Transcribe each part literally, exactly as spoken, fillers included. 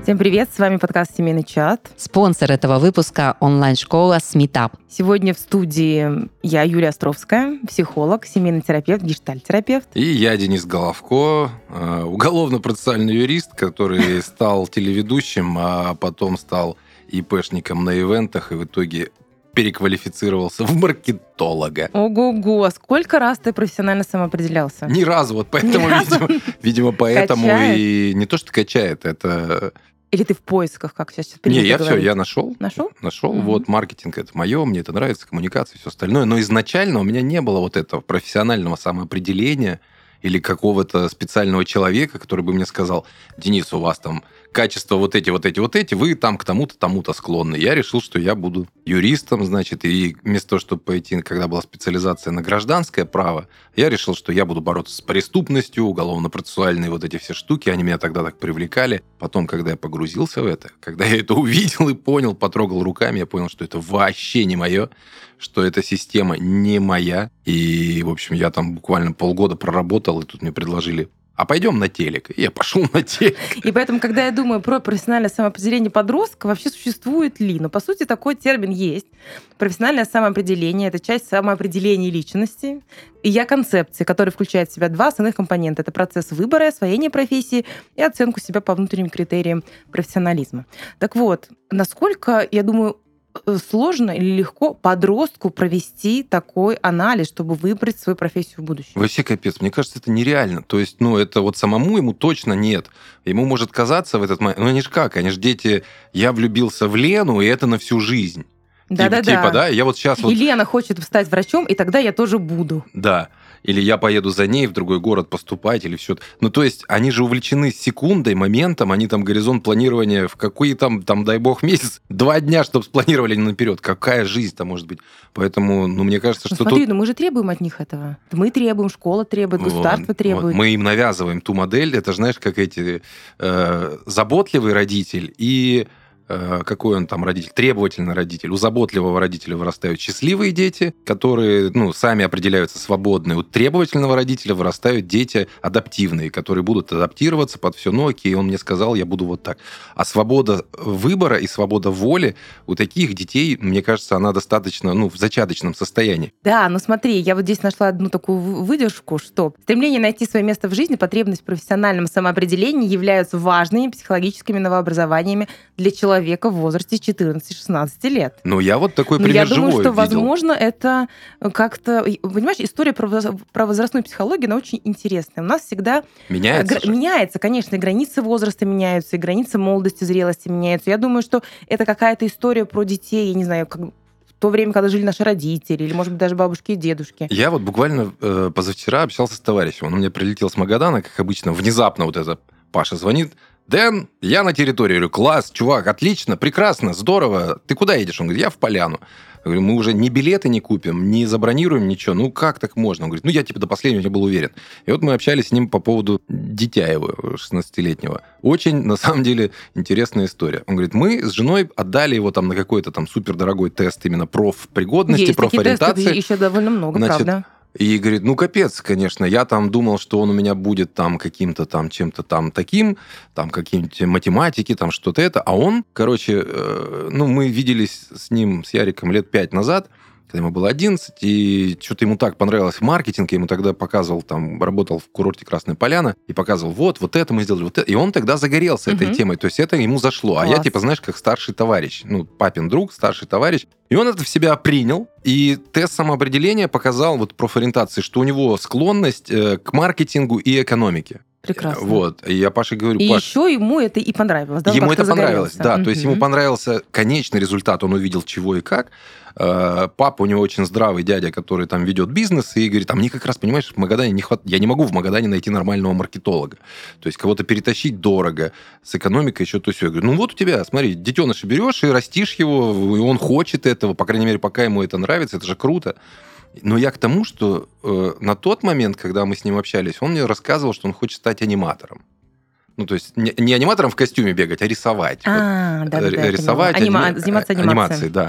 Всем привет, с вами подкаст «Семейный чат». Спонсор этого выпуска – онлайн-школа Смитап. Сегодня в студии я, Юлия Островская, психолог, семейный терапевт, гештальт-терапевт. И я, Денис Головко, уголовно-процессуальный юрист, который стал телеведущим, а потом стал ИПшником на ивентах и в итоге переквалифицировался в маркетолога. Ого-го, сколько раз ты профессионально самоопределялся? Ни разу, вот поэтому, видимо, видимо, поэтому и не то, что качает, это... Или ты в поисках, как сейчас принято Не, я говорить? все, я нашел. Нашел? Нашел. Мгм. Вот, маркетинг это мое, мне это нравится, коммуникация, все остальное. Но изначально у меня не было вот этого профессионального самоопределения или какого-то специального человека, который бы мне сказал: Денис, у вас там качества вот эти, вот эти, вот эти, вы там к тому-то, тому-то склонны. Я решил, что я буду юристом, значит, и вместо того, чтобы пойти, когда была специализация на гражданское право, я решил, что я буду бороться с преступностью, уголовно-процессуальные вот эти все штуки, они меня тогда так привлекали. Потом, когда я погрузился в это, когда я это увидел и понял, потрогал руками, я понял, что это вообще не мое, что эта система не моя. И, в общем, я там буквально полгода проработал, и тут мне предложили: а пойдем на телек. И я пошел на телек. И поэтому, когда я думаю про профессиональное самоопределение подростка, вообще существует ли? Но, по сути, такой термин есть. Профессиональное самоопределение — это часть самоопределения личности. И я концепции, которая включает в себя два основных компонента. Это процесс выбора и освоения профессии и оценку себя по внутренним критериям профессионализма. Так вот, насколько, я думаю, сложно или легко подростку провести такой анализ, чтобы выбрать свою профессию в будущем? Вообще капец. Мне кажется, это нереально. То есть, ну, это вот самому ему точно нет. Ему может казаться в этот момент... Ну, они же как? Они же дети... Я влюбился в Лену, и это на всю жизнь. Да-да-да. Типа, типа, да? Я вот сейчас вот... И Лена хочет стать врачом, и тогда я тоже буду. Да. Или я поеду за ней в другой город поступать, или все. Ну, то есть, они же увлечены секундой, моментом, они там горизонт планирования в какой там, там, дай бог, месяц, два дня, чтобы спланировали наперед. Какая жизнь-то может быть? Поэтому, ну, мне кажется, Ну, что смотри, тут... ну мы же требуем от них этого. Мы требуем, школа требует, государство Вот, требует. вот. Мы им навязываем ту модель. Это, знаешь, как эти э, заботливый родитель и э, какой он там родитель? Требовательный родитель. У заботливого родителя вырастают счастливые дети, которые, ну, сами определяются свободные. У требовательного родителя вырастают дети адаптивные, которые будут адаптироваться под все. Ну, окей, он мне сказал, я буду вот так. А свобода выбора и свобода воли у таких детей, мне кажется, она достаточно, ну, в зачаточном состоянии. Да, но смотри, я вот здесь нашла одну такую вы- выдержку, что стремление найти свое место в жизни, потребность в профессиональном самоопределении являются важными психологическими новообразованиями для человека в возрасте четырнадцати-шестнадцати лет. Ну, я вот такой Но пример я думаю, живой что, видел. возможно, это как-то... Понимаешь, история про, воз- про возрастную психологию, она очень интересная. У нас всегда... Меняется гра- же. Меняется, конечно, и границы возраста меняются, и границы молодости, зрелости меняются. Я думаю, что это какая-то история про детей, я не знаю, как... в то время, когда жили наши родители, или, может быть, даже бабушки и дедушки. Я вот буквально э, позавчера общался с товарищем. Он у меня прилетел с Магадана, как обычно, внезапно вот это Паша звонит. Дэн, я на территории. Я говорю: класс, чувак, отлично, прекрасно, здорово. Ты куда едешь? Он говорит: я в Поляну. Я говорю: мы уже ни билеты не купим, не забронируем ничего. Ну, как так можно? Он говорит: ну, я типа до последнего не был уверен. И вот мы общались с ним по поводу дитя его, шестнадцатилетнего. Очень, на самом деле, интересная история. Он говорит: мы с женой отдали его там на какой-то там супердорогой тест именно профпригодности, Есть такие профориентации. тесты, еще довольно много, Значит, правда. И говорит: ну, капец, конечно, я там думал, что он у меня будет там каким-то там, чем-то там таким, там каким-то математики, там что-то это. А он, короче, э, ну, мы виделись с ним, с Яриком, лет пять назад, когда ему было одиннадцать, и что-то ему так понравилось маркетинг, я ему тогда показывал, там, работал в курорте Красная Поляна, и показывал: вот, вот это мы сделали, вот это. И он тогда загорелся этой Мгм. темой, то есть это ему зашло. А я, Класс. типа, знаешь, как старший товарищ, ну, папин друг, старший товарищ. И он это в себя принял, и тест самоопределения показал вот профориентации, что у него склонность э, к маркетингу и экономике. Прекрасно. Вот. И я Паше говорю: И Паш, еще ему это и понравилось. Да? Он ему как-то это понравилось, загорелся. да. То есть Мгм. ему понравился конечный результат, он увидел чего и как. Э, Папа у него очень здравый дядя, который там ведет бизнес, и говорит: а мне как раз, понимаешь, в Магадане не хватает, я не могу в Магадане найти нормального маркетолога. То есть кого-то перетащить дорого, с экономикой еще то все. Я говорю: ну вот у тебя, смотри, детеныша берешь и растишь его, и он хочет этого, по крайней мере, пока ему это нравится, это же круто. Но я к тому, что э, на тот момент, когда мы с ним общались, он мне рассказывал, что он хочет стать аниматором. Ну, то есть не, не аниматором в костюме бегать, а рисовать. А, Вот. да, да, Р- да, рисовать, Анима- аними- заниматься анимацией. анимацией, да.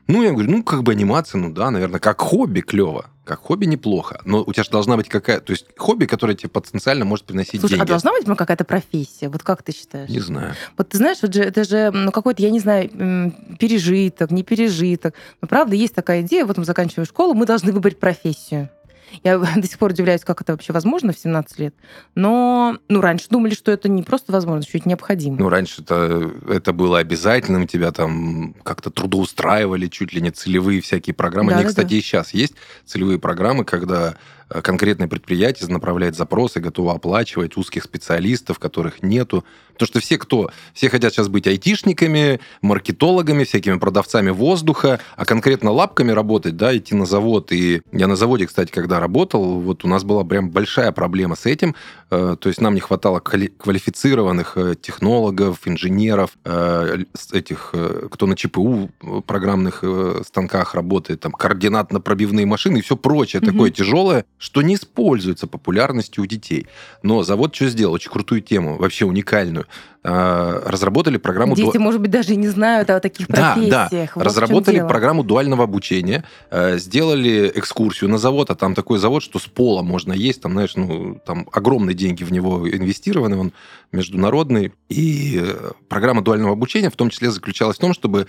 Ну, я говорю, ну, как бы анимация, ну да, наверное, как хобби клево. Как хобби неплохо. Но у тебя же должна быть какая-то... То есть хобби, которое тебе потенциально может приносить Слушай, деньги. а должна быть какая-то профессия? Вот как ты считаешь? Не знаю. Вот ты знаешь, вот же, это же ну, какой-то, я не знаю, пережиток, не пережиток. Но правда, есть такая идея, вот мы заканчиваем школу, мы должны выбрать профессию. Я до сих пор удивляюсь, как это вообще возможно в семнадцать лет. Но ну, раньше думали, что это не просто возможно, что это необходимо. Ну, раньше это, это было обязательным, тебя там как-то трудоустраивали, чуть ли не целевые всякие программы. Да, Они, да, кстати, да. и сейчас есть целевые программы, когда конкретное предприятие направляет запросы, готово оплачивать узких специалистов, которых нету. Потому что все, кто... Все хотят сейчас быть айтишниками, маркетологами, всякими продавцами воздуха, а конкретно лапками работать, да, идти на завод. И я на заводе, кстати, когда работал, вот у нас была прям большая проблема с этим. То есть нам не хватало квалифицированных технологов, инженеров, этих, кто на ЧПУ программных станках работает, там, координатно-пробивные машины и все прочее, mm-hmm. такое тяжелое, что не используется популярностью у детей. Но завод что сделал? Очень крутую тему, вообще уникальную. Разработали программу... Дети, ду... может быть, даже и не знают о таких профессиях. Да, да. Вот разработали программу дуального обучения, сделали экскурсию на завод, а там такой завод, что с пола можно есть, там, знаешь, ну, там огромные деньги в него инвестированы, он международный. И программа дуального обучения в том числе заключалась в том, чтобы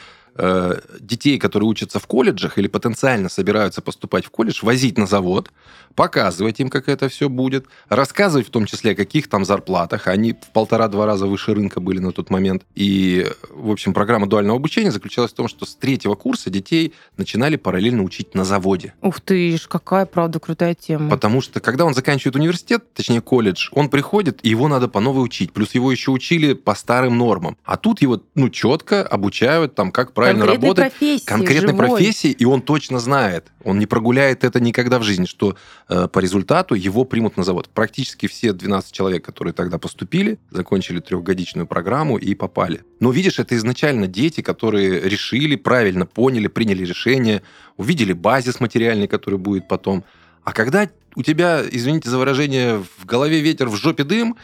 детей, которые учатся в колледжах или потенциально собираются поступать в колледж, возить на завод, показывать им, как это все будет, рассказывать в том числе о каких там зарплатах. Они в полтора-два раза выше рынка были на тот момент. И, в общем, программа дуального обучения заключалась в том, что с третьего курса детей начинали параллельно учить на заводе. Ух ты ж, какая, правда, крутая тема. Потому что, когда он заканчивает университет, точнее, колледж, он приходит, и его надо по новой учить. Плюс его еще учили по старым нормам. А тут его, ну, четко обучают, там, как правильно конкретной работать. Профессии, конкретной живой. профессии, и он точно знает. Он не прогуляет это никогда в жизни, что э, по результату его примут на завод. Практически все двенадцать человек, которые тогда поступили, закончили трехгодичную программу и попали. Но видишь, это изначально дети, которые решили, правильно поняли, приняли решение, увидели базис материальный, который будет потом. А когда у тебя, извините за выражение, в голове ветер, в жопе дым,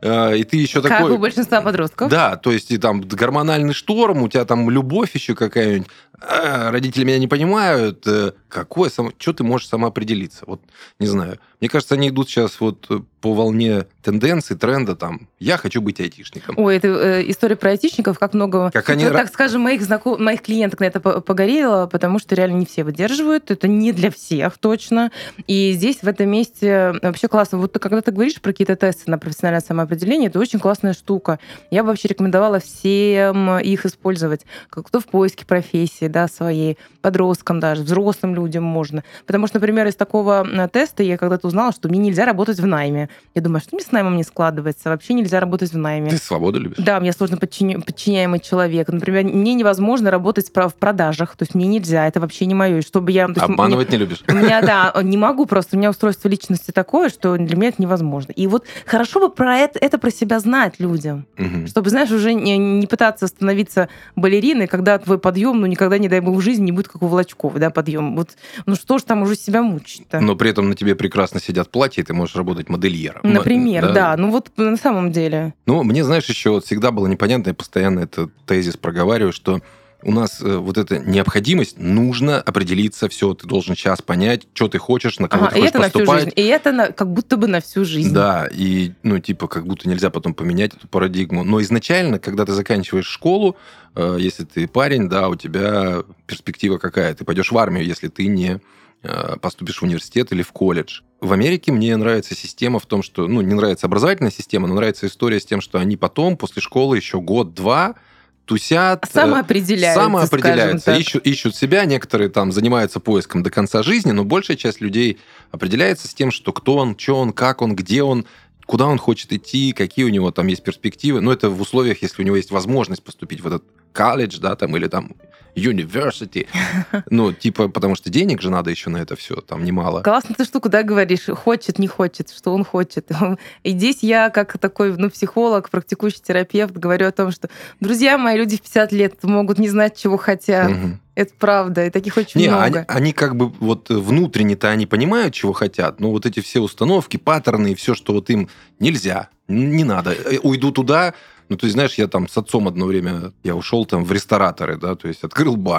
и ты еще как такой... Как у большинства подростков. Да, то есть и там гормональный шторм, у тебя там любовь еще какая-нибудь, а, родители меня не понимают, какое само... Что ты можешь самоопределиться? Вот, не знаю. Мне кажется, они идут сейчас вот по волне тенденций, тренда, там, я хочу быть айтишником. Ой, это э, история про айтишников, как много, как они... так скажем, моих, знаком... моих клиенток на это погорело, потому что реально не все выдерживают, это не для всех точно. И здесь, в этом месте, вообще классно. Вот когда ты говоришь про какие-то тесты на профессиональное самоопределение, это очень классная штука. Я бы вообще рекомендовала всем их использовать. Кто в поиске профессии, да, своей, подросткам даже, взрослым людям можно. Потому что, например, из такого теста я когда-то узнала, что мне нельзя работать в найме. Я думаю, что мне с наймом не складывается? Вообще нельзя работать в найме. Ты свободу любишь? Да, мне сложно подчиня... подчиняемый человек. Например, мне невозможно работать в продажах. То есть мне нельзя, это вообще не мое. Чтобы я... Обманывать мне... не любишь? У меня, да, не могу просто. У меня устройство личности такое, что для меня это невозможно. И вот хорошо бы про это, это про себя знать людям. Угу. Чтобы, знаешь, уже не, не пытаться становиться балериной, когда твой подъем, ну, никогда, не дай бог, в жизни не будет, как у Волочкова, да, подъем. Вот, ну, что ж там уже себя мучить-то? Но при этом на тебе прекрасно сидят платья, и ты можешь работать модельером. Например, да. да. Ну, вот на самом деле. Ну, мне, знаешь, еще вот всегда было непонятно, я постоянно этот тезис проговариваю, что у нас э, вот эта необходимость, нужно определиться, все, ты должен сейчас понять, что ты хочешь, на кого ага, ты хочешь это поступать. На всю жизнь. И это на, как будто бы на всю жизнь. Да, и, ну, типа, как будто нельзя потом поменять эту парадигму. Но изначально, когда ты заканчиваешь школу, э, если ты парень, да, у тебя перспектива какая? Ты пойдешь в армию, если ты не э, поступишь в университет или в колледж. В Америке мне нравится система в том, что, ну, не нравится образовательная система, но нравится история с тем, что они потом, после школы, еще год-два тусят. Самоопределяются, Самоопределяются, ищут, ищут себя. Некоторые там занимаются поиском до конца жизни, но большая часть людей определяется с тем, что кто он, что он, как он, где он, куда он хочет идти, какие у него там есть перспективы. Но это в условиях, если у него есть возможность поступить в этот колледж, да, там, или там university. Ну, типа, потому что денег же надо еще на это все, там немало. Классно ты штуку, да, говоришь, хочет, не хочет, что он хочет. И здесь я, как такой, ну, психолог, практикующий терапевт, говорю о том, что, друзья мои, люди в пятьдесят лет могут не знать, чего хотят. Угу. Это правда, и таких очень не, много. Они, они как бы вот внутренне-то они понимают, чего хотят, но вот эти все установки, паттерны и все, что вот им нельзя, не надо. Уйду туда. Ну, то есть, знаешь, я там с отцом одно время, я ушел там в рестораторы, да, то есть открыл бар.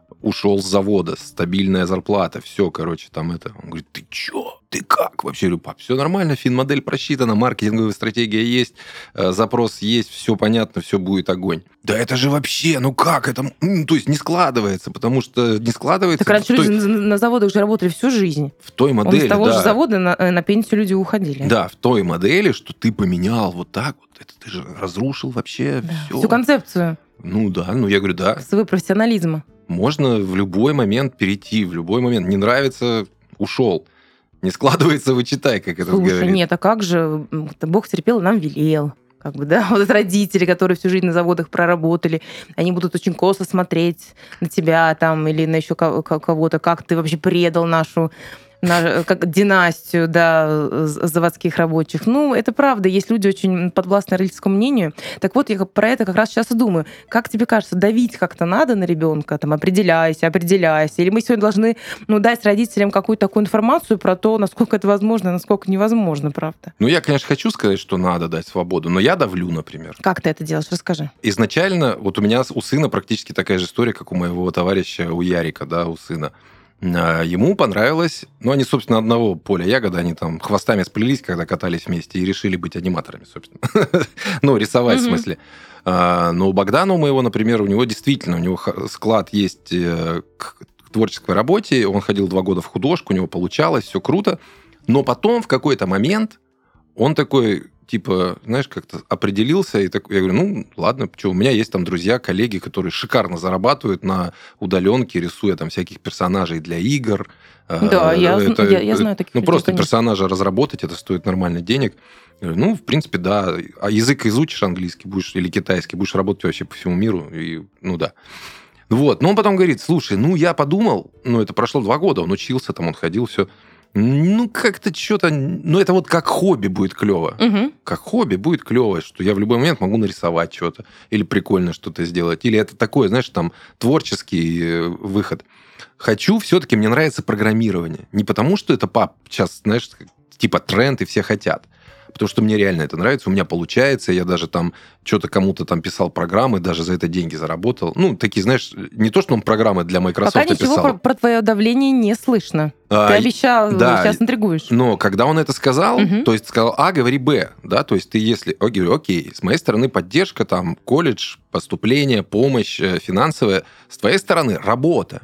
ушел с завода, стабильная зарплата, все, короче, там это. Он говорит, ты чё? Ты как? Вообще, я говорю, пап, все нормально, финмодель просчитана, маркетинговая стратегия есть, э, запрос есть, все понятно, все будет огонь. Да это же вообще, ну как это? Ну, то есть не складывается, потому что не складывается... Так раньше той... люди на, на заводах же работали всю жизнь. В той модели, Он с того да. же завода на, на пенсию люди уходили. Да, в той модели, что ты поменял вот так вот, это ты же разрушил вообще Да. все. Всю концепцию. Ну да, ну я говорю, да. Своего профессионализма. Можно в любой момент перейти, в любой момент. Не нравится, ушел. Не складывается, вычитай, как это говорится. Слушай, нет, а как же? Бог терпел, нам велел. Как бы, да, вот родители, которые всю жизнь на заводах проработали, они будут очень косо смотреть на тебя там или на еще кого-то, как ты вообще предал нашу на, как династию, да, заводских рабочих. Ну, это правда. Есть люди очень подвластны родительскому мнению. Так вот, я про это как раз сейчас и думаю. Как тебе кажется, давить как-то надо на ребенка? Там, определяйся, определяйся. Или мы сегодня должны, ну, дать родителям какую-то такую информацию про то, насколько это возможно, насколько невозможно, правда? Ну, я, конечно, хочу сказать, что надо дать свободу, но я давлю, например. Как ты это делаешь? Расскажи. Изначально, вот у меня у сына практически такая же история, как у моего товарища, у Ярика, да, у сына. Ему понравилось, ну, они, собственно, одного поля ягоды, они там хвостами сплелись, когда катались вместе, и решили быть аниматорами, собственно. Ну, рисовать, в смысле. Но у Богдана, у моего, например, у него действительно, у него склад есть к творческой работе, он ходил два года в художку, у него получалось, все круто, но потом в какой-то момент он такой... типа, знаешь, как-то определился, и так, я говорю, ну, ладно, что, у меня есть там друзья, коллеги, которые шикарно зарабатывают на удаленке, рисуя там всяких персонажей для игр. Да, я, это, я, я знаю таких Ну, людей, просто конечно. персонажа разработать, это стоит нормально денег. Я говорю, ну, в принципе, да. А язык изучишь английский будешь или китайский, будешь работать вообще по всему миру, и, ну, да. Вот, но он потом говорит, слушай, ну, я подумал, ну, это прошло два года, он учился, там, он ходил, все. Ну, как-то что-то... Ну, это вот как хобби будет клево. Угу. Как хобби будет клево, что я в любой момент могу нарисовать что-то. Или прикольно что-то сделать. Или это такое, знаешь, там, творческий выход. Хочу все-таки, мне нравится программирование. Не потому, что это, пап, сейчас, знаешь, типа тренд, и все хотят. Потому что мне реально это нравится, у меня получается, я даже там что-то кому-то там писал программы, даже за это деньги заработал. Ну, такие, знаешь, не то, что он программы для Microsoft Пока ничего писал. про, про твое давление не слышно. А, Ты обещал, да, сейчас интригуешь. Но когда он это сказал, Угу. то есть сказал А, говори Б, да, то есть ты если... Я говорю, окей, с моей стороны поддержка, там, колледж, поступление, помощь финансовая, с твоей стороны работа.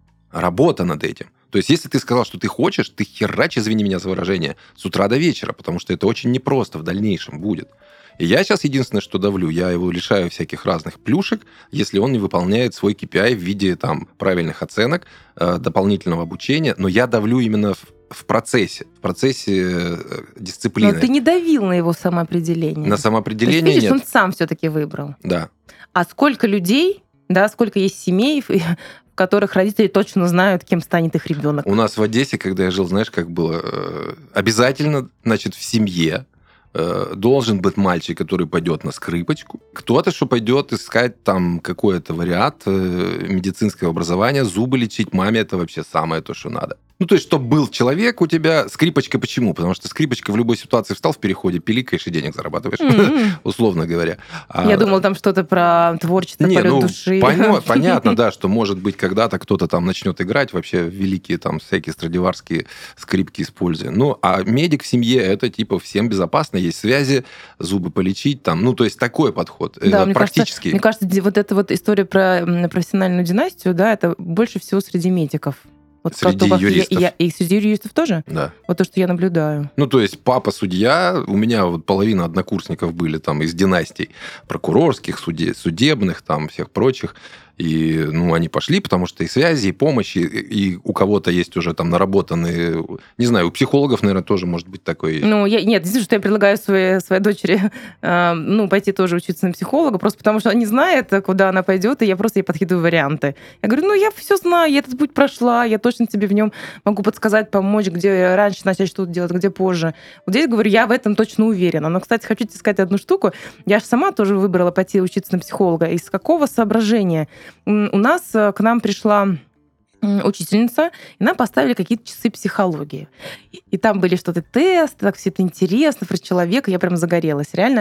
Работа над этим. То есть, если ты сказал, что ты хочешь, ты херач, извини меня за выражение, с утра до вечера, потому что это очень непросто в дальнейшем будет. И я сейчас единственное, что давлю, я его лишаю всяких разных плюшек, если он не выполняет свой кей пи ай в виде там, правильных оценок, э, дополнительного обучения, но я давлю именно в, в процессе, в процессе э, дисциплины. Но ты не давил на его самоопределение. На То самоопределение есть, видишь, нет. он сам все-таки выбрал. Да. А сколько людей, да, сколько есть семей, в которых родители точно знают, кем станет их ребенок. У нас в Одессе, когда я жил, знаешь, как было? Э, обязательно, значит, в семье э, должен быть мальчик, который пойдет на скрипочку. Кто-то, что пойдет искать там какой-то вариант э, медицинского образования, зубы лечить. Маме это вообще самое то, что надо. Ну, то есть, чтобы был человек у тебя... Скрипочка почему? Потому что скрипочка в любой ситуации встал в переходе, пиликаешь и денег зарабатываешь, mm-hmm. условно говоря. Я а... думала, там что-то про творчество, Не, полет ну, души. Поня- понятно, да, что, может быть, когда-то кто-то там начнет играть, вообще великие там всякие страдиварские скрипки используя. Ну, а медик в семье, это типа всем безопасно, есть связи, зубы полечить там. Ну, то есть, такой подход. Да, мне практически. Кажется, мне кажется, вот эта вот история про профессиональную династию, да, это больше всего среди медиков. Вот среди то, юристов. Я, я, и среди юристов тоже? Да. Вот то, что я наблюдаю. Ну, то есть папа судья, у меня вот половина однокурсников были там из династий прокурорских, суде, судебных, там всех прочих. И, ну, они пошли, потому что и связи, и помощь, и, и у кого-то есть уже там наработанные... Не знаю, у психологов, наверное, тоже может быть такое. Ну, я, нет, действительно, что я предлагаю своей, своей дочери э, ну, пойти тоже учиться на психолога, просто потому что она не знает, куда она пойдет, и я просто ей подкидываю варианты. Я говорю, ну, я все знаю, я этот путь прошла, я точно тебе в нем могу подсказать, помочь, где раньше начать что-то делать, где позже. Вот здесь, говорю, я в этом точно уверена. Но, кстати, хочу тебе сказать одну штуку. Я же сама тоже выбрала пойти учиться на психолога. Из какого соображения? У нас к нам пришла учительница, и нам поставили какие-то часы психологии. И, и там были что-то тесты, так все это интересно про человека, я прям загорелась, реально.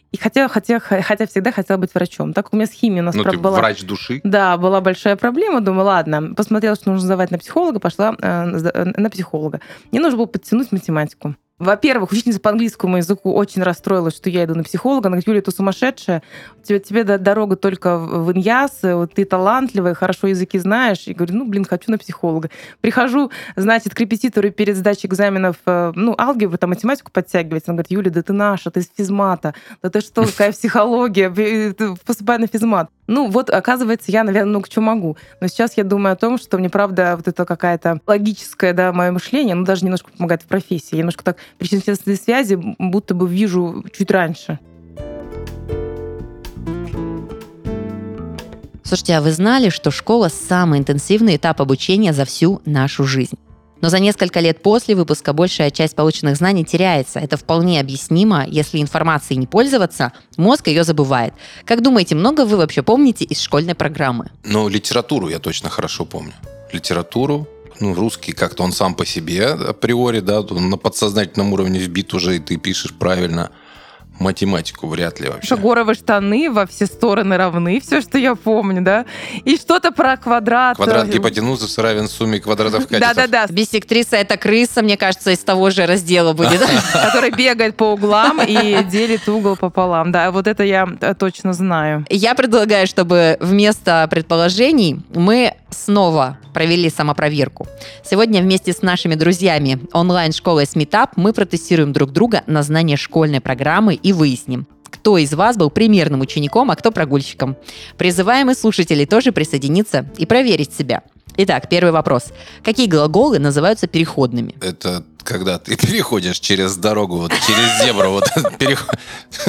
И хотя, хотя, хотя всегда хотела быть врачом. Так у меня с химией у нас Ну, про- ты была... врач души. Да, была большая проблема. Думаю, ладно, посмотрела, что нужно сдавать на психолога, пошла э, на психолога. Мне нужно было подтянуть математику. Во-первых, учительница по английскому языку очень расстроилась, что я иду на психолога. Она говорит: Юля, ты сумасшедшая, тебе, тебе дорога только в Иньяс, вот ты талантливая, хорошо языки знаешь. И говорю, ну, блин, хочу на психолога. Прихожу, значит, к репетитору перед сдачей экзаменов, ну, алгебру, там, математику подтягивать. Она говорит: Юля, да ты наша, ты из физмата. Да ты что, какая психология? Поступай на физмат. Ну, вот, оказывается, я, наверное, много чего могу. Но сейчас я думаю о том, что мне, правда, вот это какая-то логическое, да, мое мышление, ну, даже немножко помогает в профессии. Я немножко так причинно-следственные связи будто бы вижу чуть раньше. Слушайте, а вы знали, что школа – самый интенсивный этап обучения за всю нашу жизнь? Но за несколько лет после выпуска большая часть полученных знаний теряется. Это вполне объяснимо. Если информацией не пользоваться, мозг ее забывает. Как думаете, много вы вообще помните из школьной программы? Ну, литературу я точно хорошо помню. Литературу, ну, русский как-то он сам по себе априори, да, он на подсознательном уровне вбит уже, и ты пишешь правильно. Математику вряд ли вообще. Шагоровы штаны во все стороны равны, все, что я помню, да? И что-то про квадрат. Квадрат гипотенузы равен сумме квадратов катетов. Да-да-да. Биссектриса – это крыса, мне кажется, из того же раздела будет. Который бегает по углам и делит угол пополам. Да, вот это я точно знаю. Я предлагаю, чтобы вместо предположений мы снова провели самопроверку. Сегодня вместе с нашими друзьями онлайн-школой Meetup мы протестируем друг друга на знание школьной программы и выясним, кто из вас был примерным учеником, а кто прогульщиком. Призываем и слушателей тоже присоединиться и проверить себя. Итак, первый вопрос. Какие глаголы называются переходными? Это когда ты переходишь через дорогу, вот через зебру, вот переход.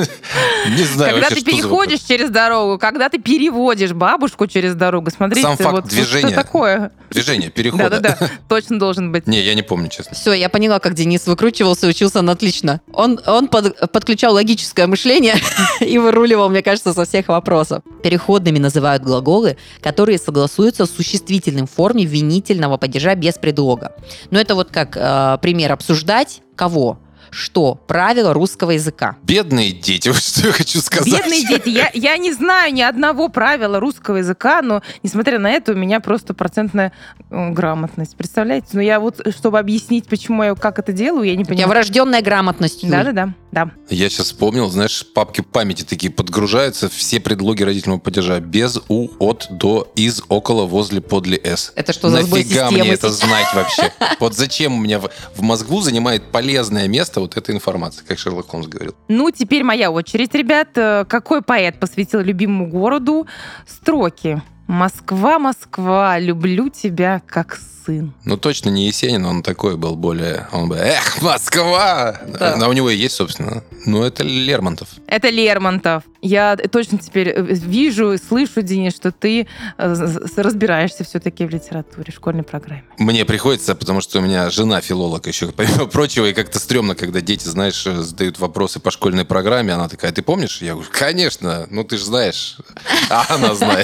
Не знаю Когда вообще, ты что за переходишь через дорогу, когда ты переводишь бабушку через дорогу, смотрите, Сам факт вот движения. что такое. Движение, перехода. Да-да-да, точно должен быть. Не, я не помню, честно. Все, я поняла, как Денис выкручивался, учился он отлично. Он, он под- подключал логическое мышление и выруливал, мне кажется, со всех вопросов. Переходными называют глаголы, которые согласуются с существительным в форме винительного падежа без предлога. Но это вот как э, пример обсуждать кого? Что? Правила русского языка. Бедные дети, вот что я хочу сказать. Бедные дети. Я, я не знаю ни одного правила русского языка, но, несмотря на это, у меня просто процентная э, грамотность. Представляете? Но я вот, чтобы объяснить, почему я как это делаю, я не У тебя понимаю. врожденная грамотность, Юль. Да-да-да. Да. Я сейчас вспомнил, знаешь, папки памяти такие подгружаются, все предлоги родительного падежа. Без, у, от, до, из, около, возле, подле, с. Это что за сбой Нафига системы мне это сейчас? знать вообще? Вот зачем у меня в, в мозгу занимает полезное место вот эта информация, как Шерлок Холмс говорил. Ну, теперь моя очередь, ребят. Какой поэт посвятил любимому городу строки? «Москва, Москва, люблю тебя как сын». Ну, точно не Есенин, он такой был более... Он бы, эх, Москва! Да. А у него и есть, собственно. Ну, это Лермонтов. Это Лермонтов. Я точно теперь вижу и слышу, Денис, что ты разбираешься все-таки в литературе, в школьной программе. Мне приходится, потому что у меня жена филолог еще, помимо прочего, и как-то стрёмно, когда дети, знаешь, задают вопросы по школьной программе, она такая: ты помнишь? Я говорю: конечно, ну ты же знаешь. А она знает.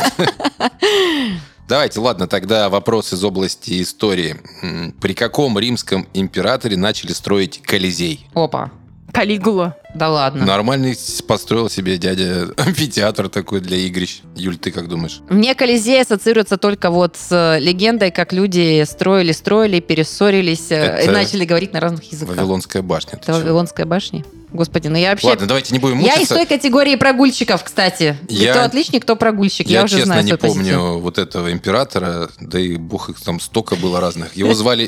Давайте, ладно, тогда вопрос из области истории. При каком римском императоре начали строить Колизей? Опа. Калигула. Да ладно. Нормальный построил себе дядя амфитеатр такой для игрищ. Юль, ты как думаешь? Мне Колизей ассоциируется только вот с легендой, как люди строили-строили, перессорились Это и начали говорить на разных языках. Вавилонская башня. ты Это чё? Вавилонская башня? Господи, ну я вообще... Ладно, давайте не будем Я мучиться. из той категории прогульщиков, кстати. Я- Кто отличник, кто прогульщик. Я, Я, уже честно, знаю не свою помню позицию. вот этого императора, да и бог их там столько было разных. Его звали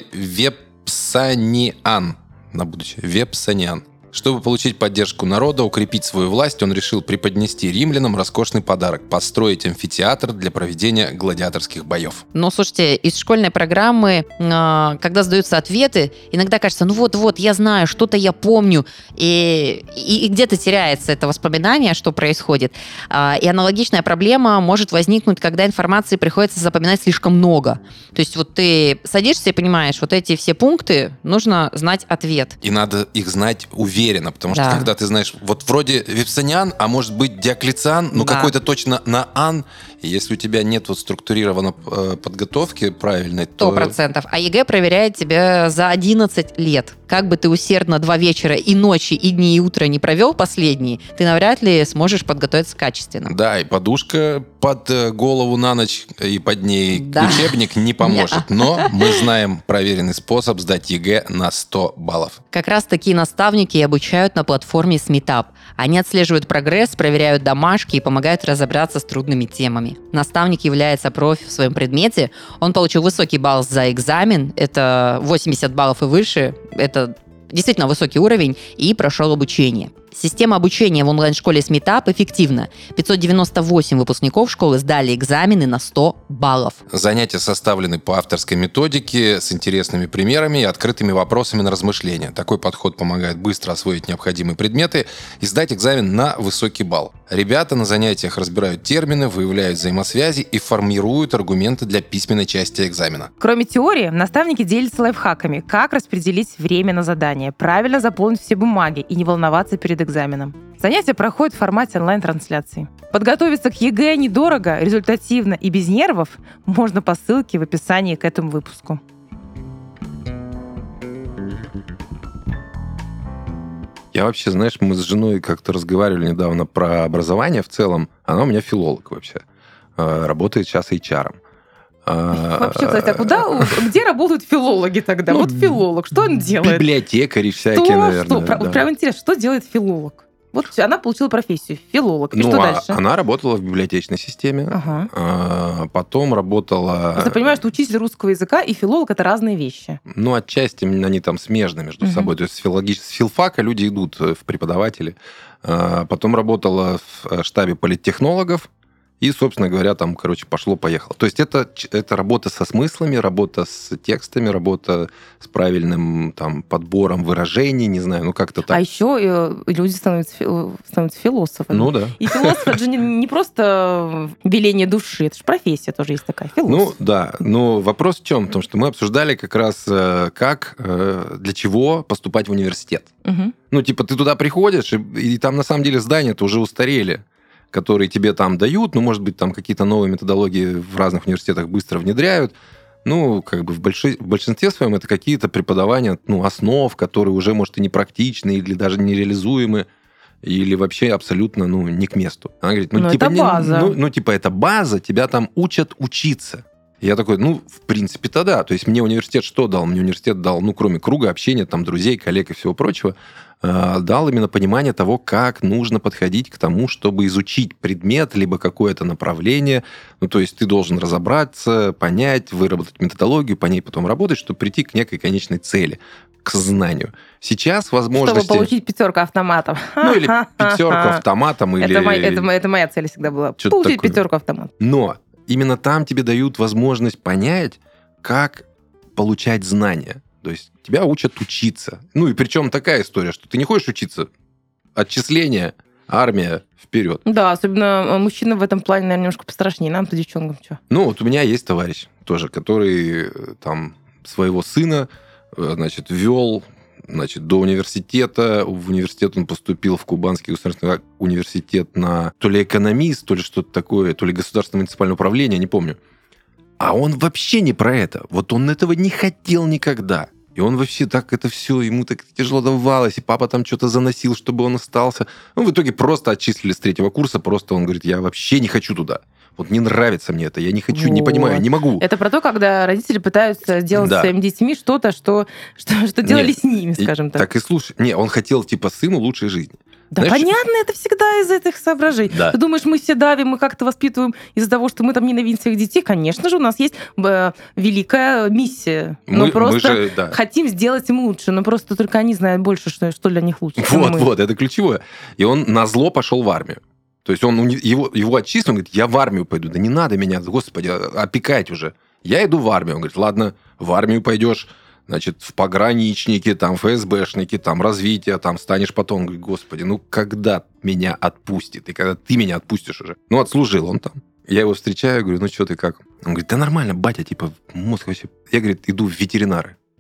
Вепсаниан, на будущее. Вепсаниан. Чтобы получить поддержку народа, укрепить свою власть, он решил преподнести римлянам роскошный подарок – построить амфитеатр для проведения гладиаторских боев. Ну, слушайте, из школьной программы, э, когда сдаются ответы, иногда кажется, ну вот-вот, я знаю, что-то я помню, и, и, и где-то теряется это воспоминание, что происходит. А, и аналогичная проблема может возникнуть, когда информации приходится запоминать слишком много. То есть вот ты садишься и понимаешь, вот эти все пункты, нужно знать ответ. И надо их знать уверенно, потому что Да. когда ты знаешь, вот вроде Вепсаниан, а может быть Диоклетиан, но Да. какой-то точно на «ан», и если у тебя нет вот структурированной э, подготовки правильной, Сто то... процентов. А ЕГЭ проверяет тебя за одиннадцать лет. Как бы ты усердно два вечера и ночи, и дни, и утро не провел последние, ты навряд ли сможешь подготовиться качественно. Да, и подушка под голову на ночь и под ней Да. учебник не поможет. Но мы знаем проверенный способ сдать ЕГЭ на сто баллов. Как раз такие наставники и обучают на платформе Смитап. Они отслеживают прогресс, проверяют домашки и помогают разобраться с трудными темами. Наставник является профи в своем предмете. Он получил высокий балл за экзамен. Это восемьдесят баллов и выше. Это действительно высокий уровень, и прошел обучение. Система обучения в онлайн-школе Смитап эффективна. пятьсот девяносто восемь выпускников школы сдали экзамены на сто баллов. Занятия составлены по авторской методике с интересными примерами и открытыми вопросами на размышления. Такой подход помогает быстро освоить необходимые предметы и сдать экзамен на высокий балл. Ребята на занятиях разбирают термины, выявляют взаимосвязи и формируют аргументы для письменной части экзамена. Кроме теории, наставники делятся лайфхаками, как распределить время на задание, правильно заполнить все бумаги и не волноваться перед экзаменом. Занятия проходят в формате онлайн-трансляции. Подготовиться к ЕГЭ недорого, результативно и без нервов можно по ссылке в описании к этому выпуску. Я вообще, знаешь, мы с женой как-то разговаривали недавно про образование в целом. Она у меня филолог вообще. Работает сейчас эйч ар. Вообще, кстати, а куда, где работают филологи тогда? Ну, вот филолог, что он делает? Библиотекари всякие, Что? наверное. Что? Да. Вот прям интересно, что делает филолог? Вот она получила профессию филолог. И ну, что а дальше? она работала в библиотечной системе. Ага. А, потом работала... Просто понимаешь, что учитель русского языка и филолог — это разные вещи. Ну, отчасти они там смежны между Мгм. собой. То есть с, филологич... с филфака люди идут в преподаватели. А, потом работала в штабе политтехнологов. И, собственно говоря, там, короче, пошло-поехало. То есть это, это работа со смыслами, работа с текстами, работа с правильным там, подбором выражений, не знаю, ну как-то так. А еще э, люди становятся, фи- становятся философами. Ну да. И философ — это же не, не просто веление души, это же профессия тоже есть такая, Ну философ. да, но вопрос в чем? Потому что мы обсуждали как раз, э, как, э, для чего поступать в университет. Мгм. Ну, типа, ты туда приходишь, и, и там на самом деле здания-то уже устарели, которые тебе там дают, ну, может быть, там какие-то новые методологии в разных университетах быстро внедряют. Ну, как бы в, больши... в большинстве своем это какие-то преподавания, ну, основ, которые уже, может, и не практичны, или даже нереализуемы, или вообще абсолютно, ну, не к месту. Она говорит, ну, Но типа, это не- база. ну, ну, типа, это база, тебя там учат учиться. Я такой, ну, в принципе-то да. То есть мне университет что дал? Мне университет дал, ну, кроме круга общения, там, друзей, коллег и всего прочего, э, дал именно понимание того, как нужно подходить к тому, чтобы изучить предмет, либо какое-то направление. Ну, то есть ты должен разобраться, понять, выработать методологию, по ней потом работать, чтобы прийти к некой конечной цели, к знанию. Сейчас возможности... Чтобы получить пятерку автоматом. Ну, или пятерку автоматом, или... Это, моя, это, моя- это моя цель всегда была. Что-то Получить такое. пятерку автомат. Но именно там тебе дают возможность понять, как получать знания. То есть тебя учат учиться. Ну и причем такая история, что ты не хочешь учиться. Отчисления, армия, вперед. Да, особенно мужчины в этом плане, наверное, немножко пострашнее. Нам-то девчонкам что? Ну вот у меня есть товарищ тоже, который э, там своего сына, э, значит, вел, значит, до университета. В университет он поступил в Кубанский государственный университет на то ли экономист, то ли что-то такое, то ли государственное муниципальное управление, не помню. А он вообще не про это. Вот он этого не хотел никогда. И он вообще так это все, ему так тяжело давалось, и папа там что-то заносил, чтобы он остался. Ну, в итоге просто отчислили с третьего курса, просто он говорит, я вообще не хочу туда. Вот не нравится мне это, я не хочу, не Вот. понимаю, не могу. Это про то, когда родители пытаются сделать Да. со своими детьми что-то, что, что, что делали Нет. с ними, И скажем так. Так и слушай. Не, он хотел, типа, сыну лучшей жизни. Да, Знаешь, понятно, это всегда из этих соображений. Да. Ты думаешь, мы все давим, мы как-то воспитываем из-за того, что мы там ненавидим своих детей? Конечно же, у нас есть э, великая миссия. Мы- но мы просто же, да. хотим сделать им лучше. Но просто только они знают больше, что, что для них лучше. чем Вот, мы. вот, это ключевое. И он назло пошел в армию. То есть он, у не- его, его отчислил, он говорит, я в армию пойду. Да не надо меня, господи, опекать уже. Я иду в армию. Он говорит, ладно, в армию пойдешь, значит, в пограничники, там, эф эс бэшники, там, развитие, там, станешь потом. Он говорит, господи, ну когда меня отпустит? И когда ты меня отпустишь уже? Ну, отслужил он там. Я его встречаю, говорю, ну что ты как? Он говорит, да нормально, батя, типа, мозг вообще... Я, говорит, иду в ветеринары.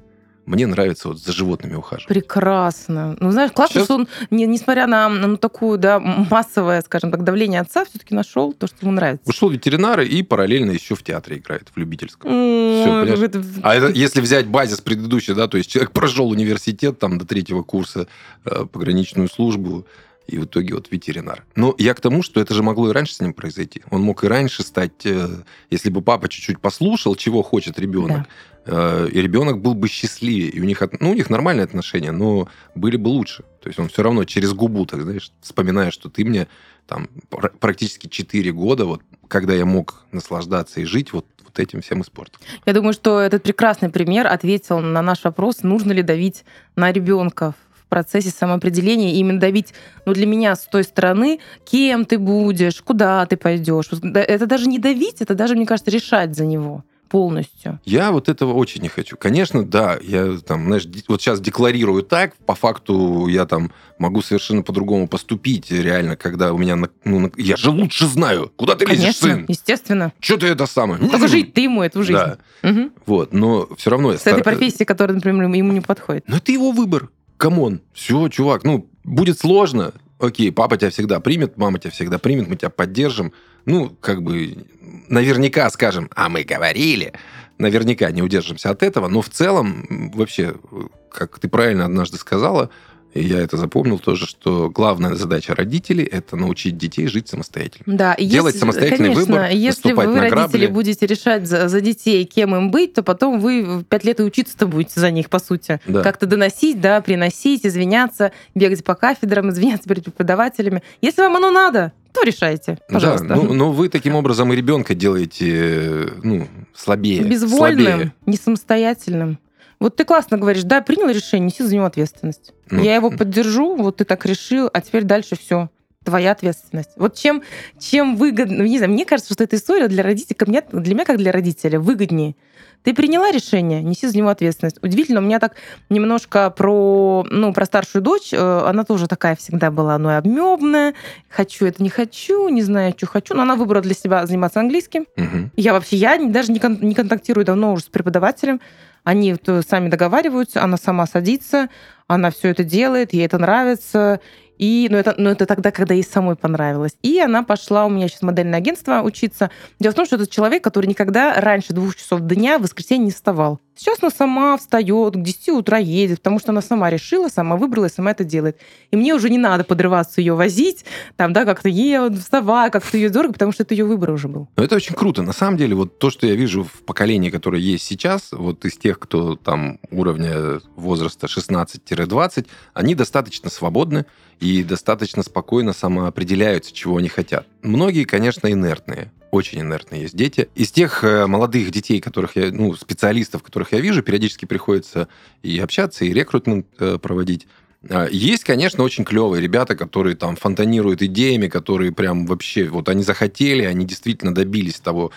Мне нравится вот за животными ухаживать. Прекрасно. Ну, знаешь, классно, Сейчас... что он, не, несмотря на ну, такую, да, массовое, скажем так, давление отца, все-таки нашел то, что ему нравится. Ушел ветеринар и параллельно еще в театре играет, в любительском. О, Всё, это... А это, если взять базис предыдущий, да, то есть человек прошел университет там до третьего курса, э, пограничную службу, и в итоге вот ветеринар. Но я к тому, что это же могло и раньше с ним произойти. Он мог и раньше стать, э, если бы папа чуть-чуть послушал, чего хочет ребенок, да. э, и ребенок был бы счастливее. И у них, ну, у них нормальные отношения, но были бы лучше. То есть он все равно через губу, так знаешь, вспоминая, что ты мне там практически четыре года, вот, когда я мог наслаждаться и жить, вот, вот этим всем испортил. Я думаю, что этот прекрасный пример ответил на наш вопрос, нужно ли давить на ребенка в процессе самоопределения, и именно давить, ну, для меня с той стороны, кем ты будешь, куда ты пойдешь. Это даже не давить, это даже, мне кажется, решать за него полностью. Я вот этого очень не хочу. Конечно, да, я там, знаешь, вот сейчас декларирую так, по факту я там могу совершенно по-другому поступить, реально, когда у меня, ну, я же лучше знаю, куда ты лезешь, Конечно, сын? Естественно. Что ты это самое? Только жить ты ему эту жизнь. Да. Угу. Вот, но все равно... С стар... этой профессией, которая, например, ему не подходит. Но это его выбор. Камон. Все, чувак, ну, будет сложно. Окей, папа тебя всегда примет, мама тебя всегда примет, мы тебя поддержим. Ну, как бы, наверняка скажем, а мы говорили. Наверняка не удержимся от этого. Но в целом, вообще, как ты правильно однажды сказала, и я это запомнил тоже, что главная задача родителей – это научить детей жить самостоятельно. Да, и делать если, самостоятельный конечно, выбор, если наступать вы, на родители, грабли. будете решать за, за детей, кем им быть, то потом вы пять лет и учиться-то будете за них, по сути. Да. Как-то доносить, да, приносить, извиняться, бегать по кафедрам, извиняться перед преподавателями. Если вам оно надо, то решайте, пожалуйста. Да, ну, но вы таким образом и ребенка делаете, ну, слабее. Безвольным, слабее. не самостоятельным. Вот ты классно говоришь, да, принял решение, неси за него ответственность. Ну, я его поддержу, вот ты так решил, а теперь дальше все. Твоя ответственность. Вот чем, чем выгодно... Не знаю, мне кажется, что эта история для родителей, для меня, как для родителя, выгоднее. Ты приняла решение, неси за него ответственность. Удивительно, у меня так немножко про, ну, про старшую дочь, она тоже такая всегда была, ну, и обмёбная, хочу это, не хочу, не знаю, что хочу, но она выбрала для себя заниматься английским. Угу. Я вообще, я даже не, кон- не контактирую давно уже с преподавателем, они сами договариваются, она сама садится, она все это делает, ей это нравится. И, ну, это, ну, это тогда, когда ей самой понравилось. И она пошла, у меня сейчас модельное агентство учиться. Дело в том, что это человек, который никогда раньше двух часов дня в воскресенье не вставал. Сейчас она сама встает, к десяти утра едет, потому что она сама решила, сама выбрала и сама это делает. И мне уже не надо подрываться ее возить, там, да, как-то ей вставай, как-то ее дорого, потому что это ее выбор уже был. Но это очень круто. На самом деле, вот то, что я вижу в поколении, которое есть сейчас, вот из тех, кто там уровня возраста шестнадцать-двадцать, они достаточно свободны и достаточно спокойно самоопределяются, чего они хотят. Многие, конечно, инертные. Очень инертные есть дети. Из тех молодых детей, которых я, ну, специалистов, которых я вижу, периодически приходится и общаться, и рекрутмент проводить. Есть, конечно, очень клевые ребята, которые там фонтанируют идеями, которые прям вообще, вот они захотели, они действительно добились того.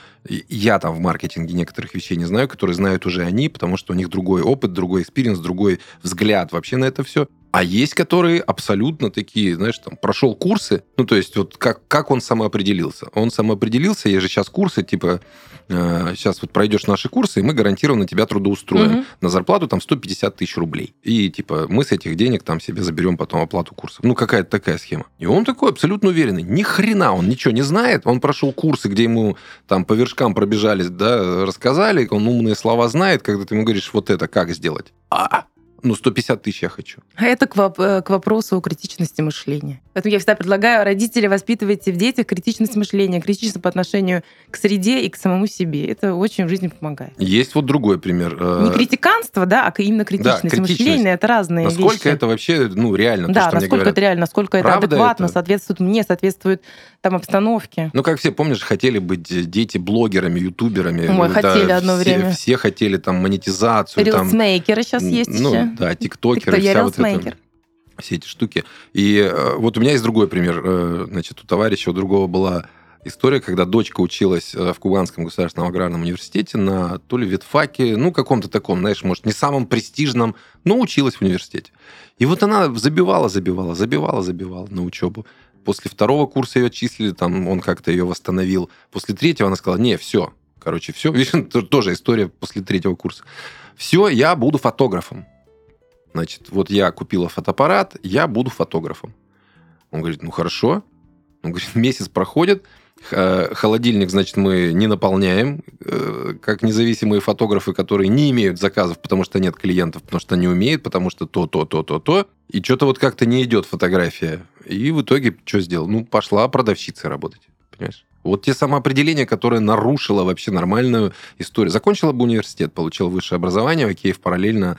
Я там в маркетинге некоторых вещей не знаю, которые знают уже они, потому что у них другой опыт, другой экспириенс, другой взгляд вообще на это все. А есть, которые абсолютно такие, знаешь, там, прошел курсы, ну, то есть вот как, как он самоопределился. Он самоопределился, есть же сейчас курсы, типа, э, сейчас вот пройдешь наши курсы, и мы гарантированно тебя трудоустроим mm-hmm. на зарплату там сто пятьдесят тысяч рублей. И, типа, мы с этих денег там себе заберем потом оплату курсов. Ну, какая-то такая схема. И он такой абсолютно уверенный. Ни хрена он ничего не знает. Он прошел курсы, где ему там по вершкам пробежались, да, рассказали, он умные слова знает, когда ты ему говоришь, вот это как сделать. А Ну, сто пятьдесят тысяч я хочу. А это к, воп- к вопросу о критичности мышления. Поэтому я всегда предлагаю, родители, воспитывайте в детях критичность мышления, критичность по отношению к среде и к самому себе. Это очень в жизни помогает. Есть вот другой пример. Не критиканство, да, а именно критичность, да, критичность. Мышления. Это разные насколько вещи. Насколько это вообще, ну, реально, да, то, что насколько мне говорят. это реально, насколько это Правда адекватно, это? соответствует мне, соответствует там обстановке. Ну, как все, помнишь, хотели быть дети блогерами, ютуберами. Ой, да, хотели одно все, время. Все хотели там монетизацию. Рилсмейкеры сейчас есть ну, еще. да, тиктокеры, Кто, вся вот это, все эти штуки. И э, вот у меня есть другой пример. Э, значит, у товарища, у другого была история, когда дочка училась в Кубанском государственном аграрном университете на то ли ветфаке, ну, каком-то таком, знаешь, может, не самом престижном, но училась в университете. И вот она забивала, забивала, забивала, забивала на учебу. После второго курса ее отчислили, там он как-то ее восстановил. После третьего она сказала, не, все, Короче, все. Видишь, тоже история после третьего курса. Все, я буду фотографом. Значит, вот я купила фотоаппарат, я буду фотографом. Он говорит, ну хорошо. Он говорит, месяц проходит, холодильник, значит, мы не наполняем, как независимые фотографы, которые не имеют заказов, потому что нет клиентов, потому что не умеют, потому что то, то, то, то, то. И что-то вот как-то не идет фотография. И в итоге что сделал? Ну, пошла продавщицей работать. Понимаешь? Вот те самоопределения, которое нарушило вообще нормальную историю. Закончила бы университет, получила высшее образование, окей, параллельно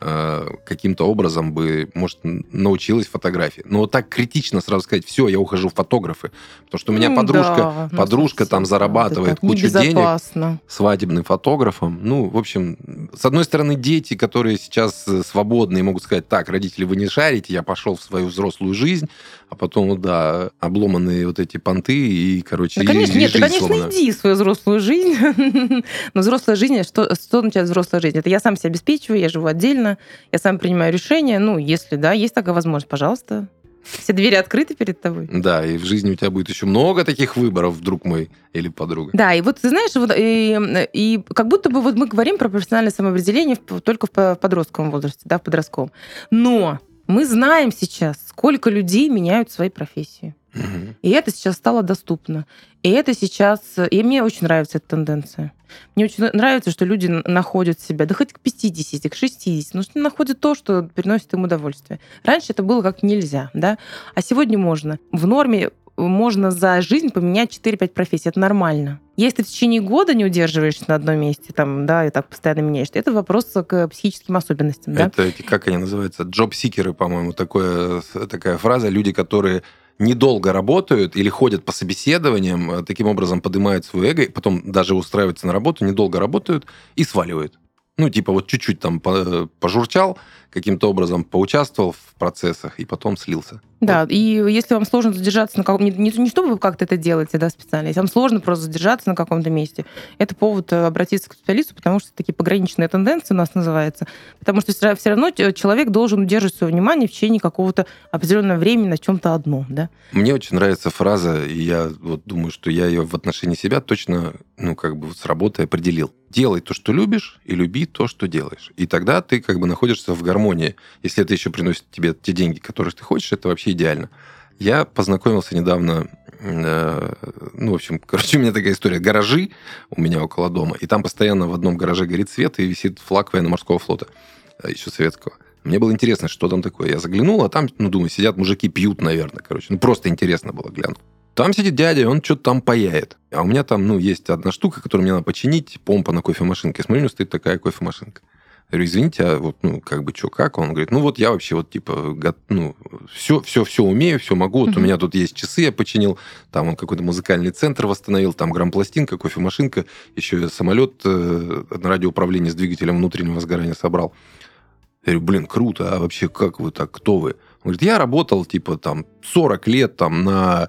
каким-то образом бы, может, научилась фотографии. Но вот так критично сразу сказать, все, я ухожу в фотографы, потому что у меня подружка, да, подружка ну, там зарабатывает кучу денег свадебным фотографом. Ну, в общем, с одной стороны, дети, которые сейчас свободны и могут сказать, так, родители, вы не шарите, я пошел в свою взрослую жизнь, а потом, ну да, обломанные вот эти понты и, короче, да, конечно, и, нет, и ты, конечно, сломана. иди в свою взрослую жизнь. Но взрослая жизнь, что, что означает взрослая жизнь? Это я сам себя обеспечиваю, я живу отдельно, я сам принимаю решения. Ну, если, да, есть такая возможность, пожалуйста. Все двери открыты перед тобой. Да, и в жизни у тебя будет еще много таких выборов, друг мой или подруга. Да, и вот ты знаешь, вот, и, и как будто бы вот мы говорим про профессиональное самоопределение только в подростковом возрасте, да, в подростковом. Но мы знаем сейчас, сколько людей меняют свои профессии. Угу. И это сейчас стало доступно. И это сейчас... И мне очень нравится эта тенденция. Мне очень нравится, что люди находят себя, да хоть к пятидесяти, к шестидесяти, но что находят то, что приносит им удовольствие. Раньше это было как нельзя, да? А сегодня можно. В норме можно за жизнь поменять четыре-пять профессий. Это нормально. Если ты в течение года не удерживаешься на одном месте, там, да, и так постоянно меняешься, это вопрос к психическим особенностям. Да? Это, как они называются? Джоб-сикеры, по-моему, такое, такая фраза. Люди, которые недолго работают или ходят по собеседованиям, таким образом поднимают свое эго, потом даже устраиваются на работу, недолго работают и сваливают. Ну, типа вот чуть-чуть там пожурчал, каким-то образом поучаствовал в процессах и потом слился. Да, вот. И если вам сложно задержаться на каком-то... Не, не чтобы вы как-то это делаете, да, специально, если вам сложно просто задержаться на каком-то месте, это повод обратиться к специалисту, потому что такие пограничные тенденции у нас называются, потому что все равно человек должен удерживать свое внимание в течение какого-то определенного времени на чем-то одном, да. Мне очень нравится фраза, и я вот думаю, что я ее в отношении себя точно, ну, как бы с работой определил. Делай то, что любишь, и люби то, что делаешь. И тогда ты как бы находишься в гармонии. Если это еще приносит тебе те деньги, которые ты хочешь, это вообще идеально. Я познакомился недавно, э, ну, в общем, короче, у меня такая история. Гаражи у меня около дома, и там постоянно в одном гараже горит свет, и висит флаг военно-морского флота, еще советского. Мне было интересно, что там такое. Я заглянул, а там, ну, думаю, сидят мужики, пьют, наверное, короче. Ну, просто интересно было глянуть. Там сидит дядя, и он что-то там паяет. А у меня там, ну, есть одна штука, которую мне надо починить, помпа на кофемашинке. Я смотрю, у него стоит такая кофемашинка. Я говорю, извините, а вот, ну, как бы, что, как? Он говорит, ну, вот я вообще вот, типа, ну, все, все, все умею, все могу. Вот mm-hmm. у меня тут есть часы, я починил, там он какой-то музыкальный центр восстановил, там грампластинка, кофемашинка, еще я самолет э, на радиоуправлении с двигателем внутреннего сгорания собрал. Я говорю, блин, круто, а вообще как вы так, кто вы? Он говорит, я работал, типа, там, сорок лет там на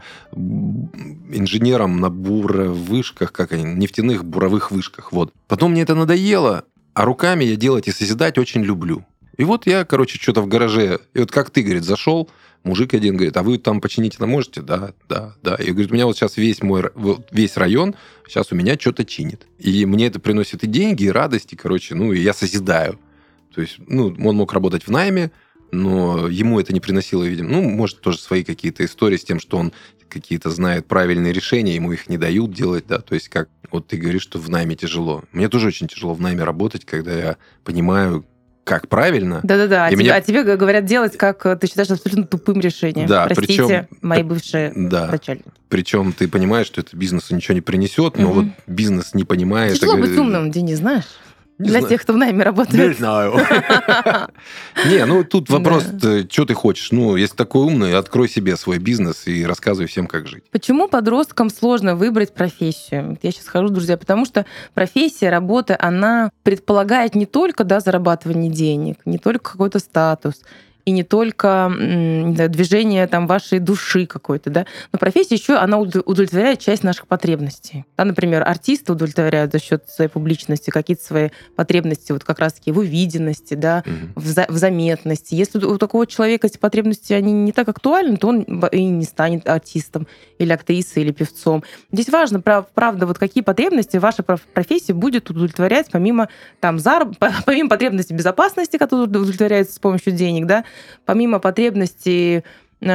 инженером на буровышках, как они, нефтяных буровых вышках, вот. Потом мне это надоело, а руками я делать и созидать очень люблю. И вот я, короче, что-то в гараже, и вот как ты, говорит, зашел, мужик один говорит, а вы там починить это можете? Да, да, да. И говорит, у меня вот сейчас весь мой, весь район сейчас у меня что-то чинит. И мне это приносит и деньги, и радость, и, короче, ну, и я созидаю. То есть, ну, он мог работать в найме, но ему это не приносило, видимо, ну, может, тоже свои какие-то истории с тем, что он какие-то знает правильные решения, ему их не дают делать, да, то есть как вот ты говоришь, что в найме тяжело. Мне тоже очень тяжело в найме работать, когда я понимаю, как правильно. Да-да-да, а, меня... тебе, а тебе говорят делать, как ты считаешь абсолютно тупым решением. Да, простите, причем... мои бывшие да. начальники. Причем ты понимаешь, что это бизнесу ничего не принесет, но угу. вот бизнес не понимает. Тяжело быть умным, Денис, знаешь? Не Для знаю. тех, кто в найме работает. Не знаю. Не, ну тут вопрос, что ты хочешь. Ну, если такой умный, открой себе свой бизнес и рассказывай всем, как жить. Почему подросткам сложно выбрать профессию? Я сейчас хожу, друзья, потому что профессия, работа, она предполагает не только, да, зарабатывание денег, не только какой-то статус. и не только м, да, движение там, вашей души какой-то, да, но профессия еще она удовлетворяет часть наших потребностей. Да, например, артисты удовлетворяют за счет своей публичности какие-то свои потребности, вот как раз-таки в увиденности, да, mm-hmm. в, за, в заметности. Если у такого человека эти потребности они не так актуальны, то он и не станет артистом или актрисой, или певцом. Здесь важно, правда, вот какие потребности ваша профессия будет удовлетворять помимо, там, зараб... помимо потребности безопасности, которые удовлетворяются с помощью денег, да, помимо потребностей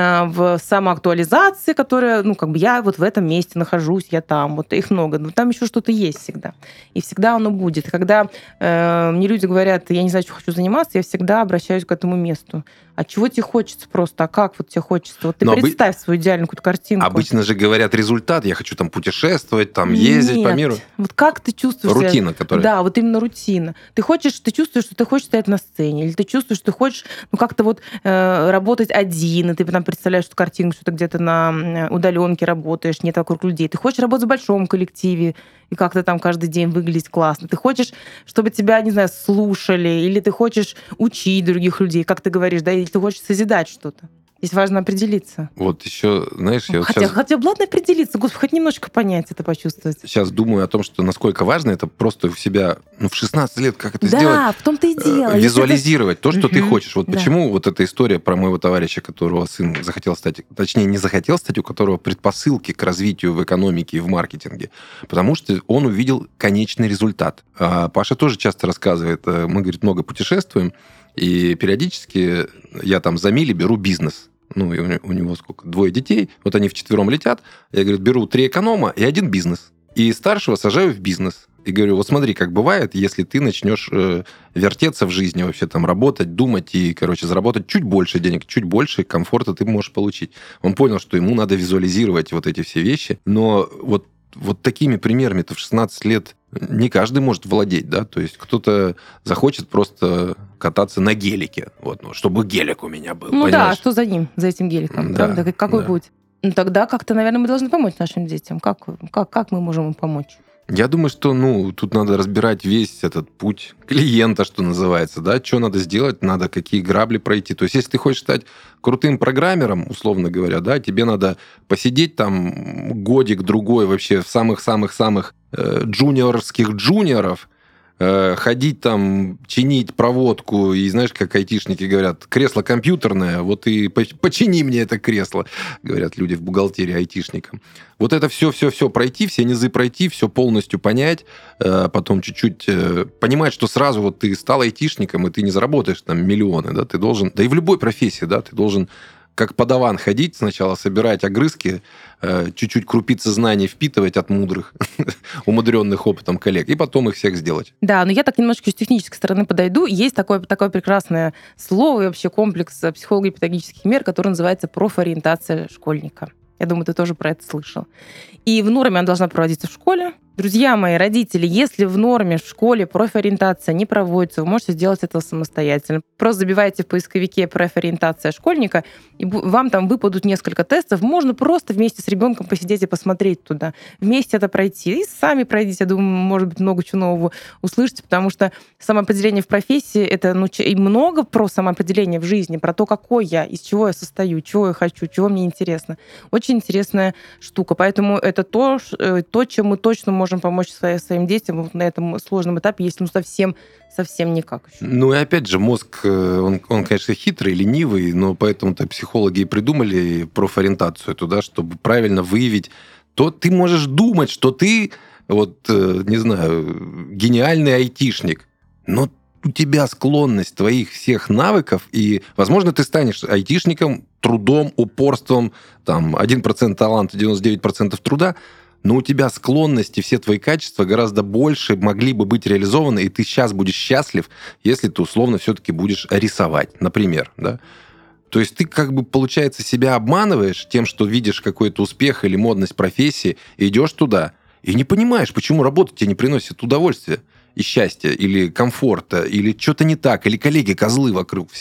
в самоактуализации, которая, ну, как бы я вот в этом месте нахожусь, я там, вот их много, но там еще что-то есть всегда. И всегда оно будет. Когда э, мне люди говорят, я не знаю, что хочу заниматься, я всегда обращаюсь к этому месту. А чего тебе хочется просто? А как вот тебе хочется? Вот ты но представь обы... свою идеальную какую-то картинку. Обычно же говорят результат, я хочу там путешествовать, там ездить Нет. по миру. Вот как ты чувствуешь... Рутина, которая... Да, вот именно рутина. Ты хочешь, ты чувствуешь, что ты хочешь стоять на сцене, или ты чувствуешь, что ты хочешь ну, как-то вот э, работать один, и ты там представляешь эту картинку, что ты где-то на удаленке работаешь, нет вокруг людей. Ты хочешь работать в большом коллективе, и как-то там каждый день выглядеть классно. Ты хочешь, чтобы тебя, не знаю, слушали, или ты хочешь учить других людей, как ты говоришь, да, или ты хочешь созидать что-то. Здесь важно определиться. Вот еще, знаешь, я хотя, вот сейчас... хотя бы ладно определиться, Господи, хоть немножко понять это, почувствовать. Сейчас думаю о том, что насколько важно это просто в себя, ну, в шестнадцать лет, как это да, сделать. Да, в том-то и дело. Визуализировать это... то, что угу. ты хочешь. Вот да. почему вот эта история про моего товарища, которого сын захотел стать, точнее, не захотел стать, у которого предпосылки к развитию в экономике и в маркетинге. Потому что он увидел конечный результат. А Паша тоже часто рассказывает, мы, говорит, много путешествуем, и периодически я там за мили беру бизнес. Ну, и у него сколько? Двое детей. Вот они вчетвером летят. Я, говорю, беру три эконома и один бизнес. И старшего сажаю в бизнес. И говорю, вот смотри, как бывает, если ты начнешь э, вертеться в жизни, вообще там работать, думать и, короче, заработать чуть больше денег, чуть больше комфорта ты можешь получить. Он понял, что ему надо визуализировать вот эти все вещи. Но вот вот такими примерами-то в шестнадцать лет не каждый может владеть, да, то есть кто-то захочет просто кататься на гелике, вот, ну, чтобы гелик у меня был, ну понимаешь? Да, что за ним, за этим геликом, да, правда? Какой да. путь? Ну тогда как-то, наверное, мы должны помочь нашим детям. Как, как, как мы можем им помочь? Я думаю, что, ну, тут надо разбирать весь этот путь клиента, что называется, да, что надо сделать, надо какие грабли пройти. То есть, если ты хочешь стать крутым программером, условно говоря, да, тебе надо посидеть там годик-другой вообще в самых-самых-самых э, джуниорских джуниоров, э, ходить там, чинить проводку, и знаешь, как айтишники говорят, кресло компьютерное, вот и почини мне это кресло, говорят люди в бухгалтерии айтишникам. Вот это все-все-все пройти, все низы пройти, все полностью понять, потом чуть-чуть понимать, что сразу вот ты стал айтишником, и ты не заработаешь там миллионы, да, ты должен, да и в любой профессии, да, ты должен как подаван ходить, сначала собирать огрызки, чуть-чуть крупицы знаний впитывать от мудрых, умудренных опытом коллег, и потом их всех сделать. Да, но я так немножко с технической стороны подойду. Есть такое, такое прекрасное слово и вообще комплекс психолого-педагогических мер, который называется профориентация школьника. Я думаю, ты тоже про это слышал. И в норме она должна проводиться в школе. Друзья мои, родители, если в норме в школе профориентация не проводится, вы можете сделать это самостоятельно. Просто забивайте в поисковике профориентация школьника, и вам там выпадут несколько тестов. Можно просто вместе с ребенком посидеть и посмотреть туда. Вместе это пройти. И сами пройдите. Я думаю, может быть, много чего нового услышите, потому что самоопределение в профессии — это ну, и много про самоопределение в жизни, про то, какой я, из чего я состою, чего я хочу, чего мне интересно. Очень интересная штука. Поэтому это то, то чем мы точно можем можем помочь своим детям вот на этом сложном этапе, если ну совсем, совсем никак еще. Ну и опять же, мозг, он, он конечно, хитрый, ленивый, но поэтому-то психологи и придумали профориентацию туда, чтобы правильно выявить. То ты можешь думать, что ты, вот, не знаю, гениальный айтишник, но у тебя склонность твоих всех навыков, и, возможно, ты станешь айтишником трудом, упорством, там, один процент таланта, девяносто девять процентов труда, но у тебя склонности, все твои качества гораздо больше могли бы быть реализованы, и ты сейчас будешь счастлив, если ты условно все-таки будешь рисовать, например, да? То есть ты как бы, получается, себя обманываешь тем, что видишь какой-то успех или модность профессии, и идешь туда, и не понимаешь, почему работа тебе не приносит удовольствия и счастья, или комфорта, или что-то не так, или коллеги козлы вокруг все.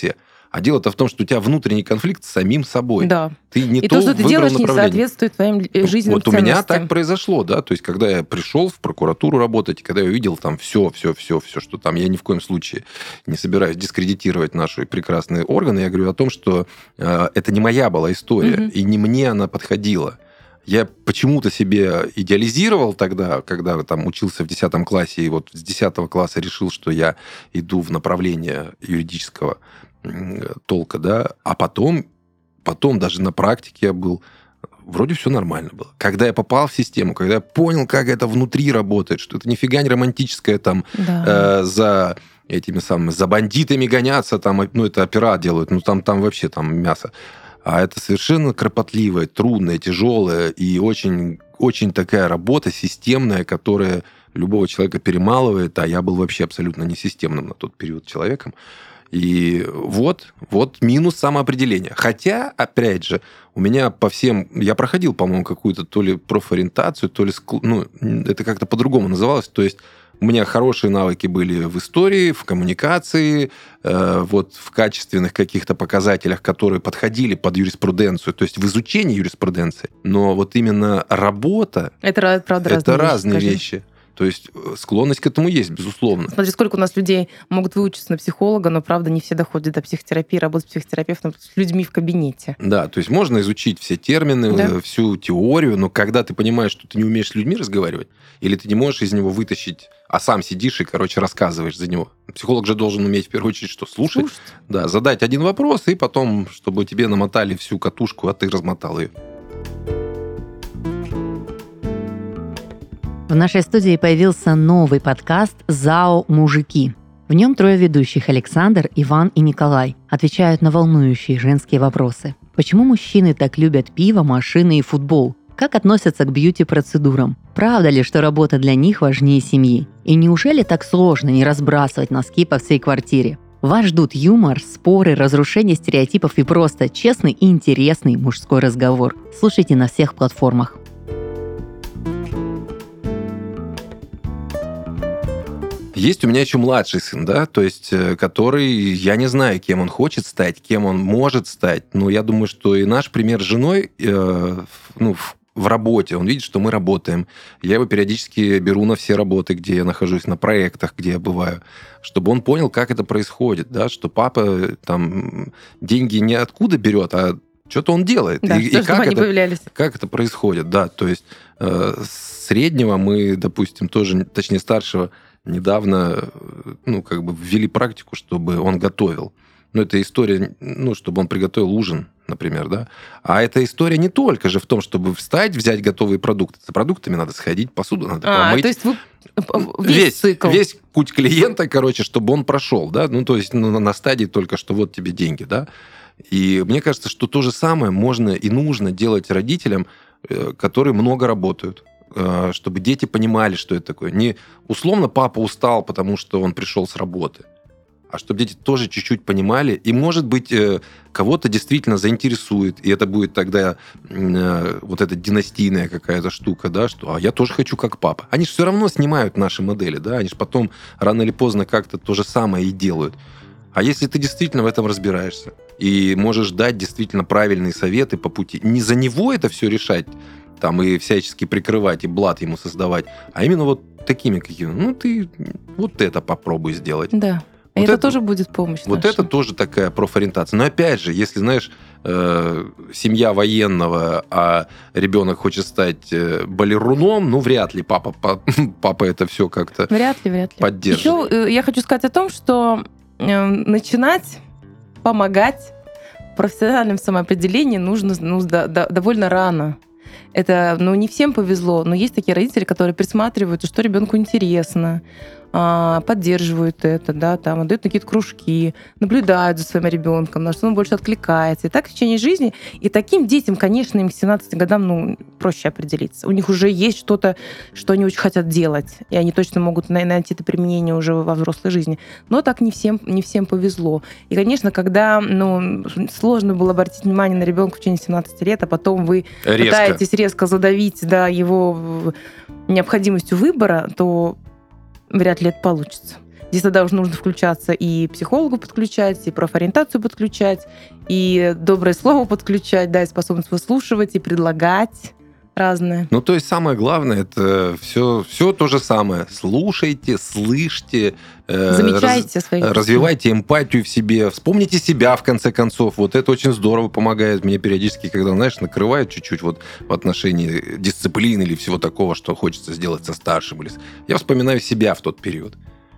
А дело-то в том, что у тебя внутренний конфликт с самим собой. Да. Ты не И то, то, что ты делаешь, не соответствует твоим жизненным Вот у ценностям. меня так произошло, да, то есть когда я пришел в прокуратуру работать, когда я увидел там все, все, все, все, что там, я ни в коем случае не собираюсь дискредитировать наши прекрасные органы, я говорю о том, что э, это не моя была история, mm-hmm. и не мне она подходила. Я почему-то себе идеализировал тогда, когда там учился в десятом классе, и вот с десятого класса решил, что я иду в направление юридического толка, да, а потом, потом даже на практике я был, вроде все нормально было. Когда я попал в систему, когда я понял, как это внутри работает, что это нифига не романтическое там да. э, за этими самыми, за бандитами гоняться, там, ну, это опера делают, ну, там, там вообще там мясо. А это совершенно кропотливая, трудная, тяжелая и очень, очень такая работа системная, которая любого человека перемалывает, а я был вообще абсолютно несистемным на тот период человеком. И вот, вот минус самоопределения. Хотя, опять же, у меня по всем... Я проходил, по-моему, какую-то то ли профориентацию, то ли... Ну, это как-то по-другому называлось. То есть у меня хорошие навыки были в истории, в коммуникации, э, вот в качественных каких-то показателях, которые подходили под юриспруденцию, то есть в изучении юриспруденции. Но вот именно работа... Это, правда, это разные, разные вещи. вещи. То есть склонность к этому есть, безусловно. Смотри, сколько у нас людей могут выучиться на психолога, но, правда, не все доходят до психотерапии, работать с психотерапевтом, с людьми в кабинете. Да, то есть можно изучить все термины, да. всю теорию, но когда ты понимаешь, что ты не умеешь с людьми разговаривать, или ты не можешь из него вытащить, а сам сидишь и, короче, рассказываешь за него. Психолог же должен уметь, в первую очередь, что слушать, слушать. Да, задать один вопрос, и потом, чтобы тебе намотали всю катушку, а ты размотал ее. В нашей студии появился новый подкаст «ЗАО Мужики». В нем трое ведущих – Александр, Иван и Николай – отвечают на волнующие женские вопросы. Почему мужчины так любят пиво, машины и футбол? Как относятся к бьюти-процедурам? Правда ли, что работа для них важнее семьи? И неужели так сложно не разбрасывать носки по всей квартире? Вас ждут юмор, споры, разрушение стереотипов и просто честный и интересный мужской разговор. Слушайте на всех платформах. Есть у меня еще младший сын, да, то есть, который, я не знаю, кем он хочет стать, кем он может стать, но я думаю, что и наш пример с женой, э, ну, в, в работе, он видит, что мы работаем. Я его периодически беру на все работы, где я нахожусь, на проектах, где я бываю, чтобы он понял, как это происходит, да, что папа там деньги не откуда берет, а что-то он делает. Да, и, что, и как, они это, появлялись. как это происходит, да, то есть э, среднего мы, допустим, тоже, точнее старшего, недавно, ну, как бы ввели практику, чтобы он готовил. Но это история, ну, чтобы он приготовил ужин, например, да. А эта история не только же в том, чтобы встать, взять готовые продукты. За продуктами надо сходить, посуду надо а, помыть. То есть вы весь, весь цикл. Весь путь клиента, короче, чтобы он прошел, да. Ну, то есть ну, на стадии только, что вот тебе деньги, да. И мне кажется, что то же самое можно и нужно делать родителям, которые много работают, чтобы дети понимали, что это такое. Не условно папа устал, потому что он пришел с работы, а чтобы дети тоже чуть-чуть понимали, и, может быть, кого-то действительно заинтересует, и это будет тогда вот эта династийная какая-то штука, да, что а я тоже хочу как папа. Они же все равно снимают наши модели, да, они же потом рано или поздно как-то то же самое и делают. А если ты действительно в этом разбираешься и можешь дать действительно правильные советы по пути, не за него это все решать, там, и всячески прикрывать, и блат ему создавать, а именно вот такими какими. Ну, ты вот это попробуй сделать. Да. Вот это, это тоже будет помощь. Вот наша. это тоже такая профориентация. Но опять же, если, знаешь, э, семья военного, а ребенок хочет стать э, балеруном, ну, вряд ли папа, папа, папа это все как-то вряд ли, вряд ли. поддержит. Еще э, я хочу сказать о том, что э, начинать помогать в профессиональном самоопределении нужно ну, да, да, довольно рано. Это, ну, не всем повезло, но есть такие родители, которые присматриваются, что ребенку интересно, поддерживают это, да, там, отдают какие-то кружки, наблюдают за своим ребенком, на что он больше откликается. И так в течение жизни. И таким детям, конечно, им к семнадцати годам ну, проще определиться. У них уже есть что-то, что они очень хотят делать, и они точно могут найти это применение уже во взрослой жизни. Но так не всем, не всем повезло. И, конечно, когда ну, сложно было обратить внимание на ребенка в течение семнадцати лет, а потом вы резко. пытаетесь резко задавить да, его необходимостью выбора, то вряд ли это получится. Здесь тогда уже нужно включаться и психологу подключать, и профориентацию подключать, и доброе слово подключать, да, и способность выслушивать, и предлагать разное. Ну, то есть самое главное, это все, все то же самое. Слушайте, слышьте, э, Замечайте свои чувства. развивайте эмпатию в себе, вспомните себя, в конце концов. Вот это очень здорово помогает мне периодически, когда, знаешь, накрывает чуть-чуть вот в отношении дисциплины или всего такого, что хочется сделать со старшим. Я вспоминаю себя в тот период.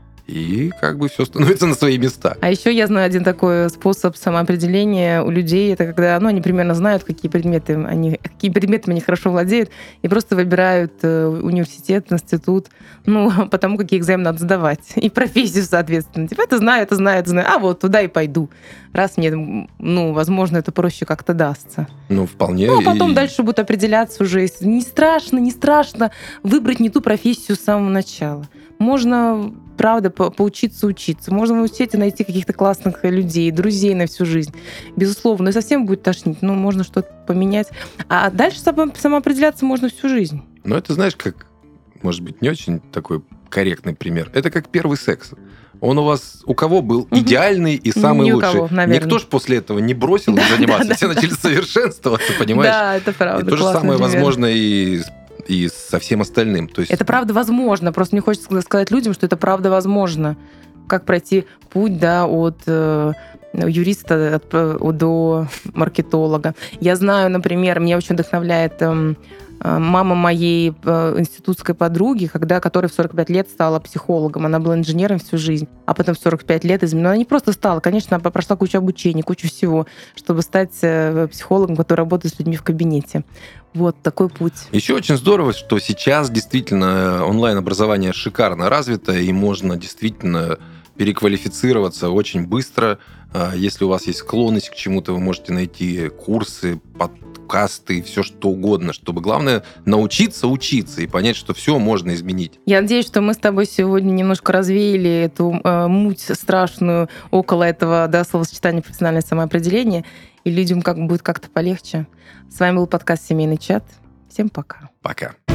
И как бы все становится на свои места. А еще я знаю один такой способ самоопределения у людей. Это когда ну, они примерно знают, какие предметы они, какие предметами они хорошо владеют, и просто выбирают университет, институт, ну, потому какие экзамены надо сдавать. И профессию, соответственно. Типа, это знаю, это знаю, это знаю. А вот туда и пойду. Раз мне, ну, возможно, это проще как-то дастся. Ну, вполне. Ну, а потом и... дальше будут определяться уже. Не страшно, не страшно выбрать не ту профессию с самого начала. Можно, правда, по поучиться учиться. Можно в университете найти каких-то классных людей, друзей на всю жизнь. Безусловно. И совсем будет тошнить. Ну, можно что-то поменять. А дальше самоопределяться можно всю жизнь. Ну, это, знаешь, как, может быть, не очень такой корректный пример. Это как первый секс. Он у вас, у кого был идеальный и самый Ни у лучший? кого, наверное. Никто же после этого не бросил Да, заниматься. да, Все да. начали совершенствоваться, понимаешь? Да, это правда. И то же Классный самое пример. возможно и, и со всем остальным. То есть... Это правда возможно. Просто мне хочется сказать людям, что это правда возможно. Как пройти путь, да, от э, юриста от, э, до маркетолога. Я знаю, например, меня очень вдохновляет э, мама моей э, институтской подруги, когда, которая в сорок пять лет стала психологом. Она была инженером всю жизнь, а потом в сорок пять лет изменила. Она не просто стала, конечно, она прошла кучу обучений, кучу всего, чтобы стать э, психологом, который работает с людьми в кабинете. Вот такой путь. Еще очень здорово, что сейчас действительно онлайн-образование шикарно развито, и можно действительно переквалифицироваться очень быстро. Если у вас есть склонность к чему-то, вы можете найти курсы, подкасты, все что угодно, чтобы, главное, научиться учиться и понять, что все можно изменить. Я надеюсь, что мы с тобой сегодня немножко развеяли эту э, муть страшную около этого, да, словосочетания профессиональное самоопределение, и людям как будет как-то полегче. С вами был подкаст «Семейный чат». Всем пока. Пока.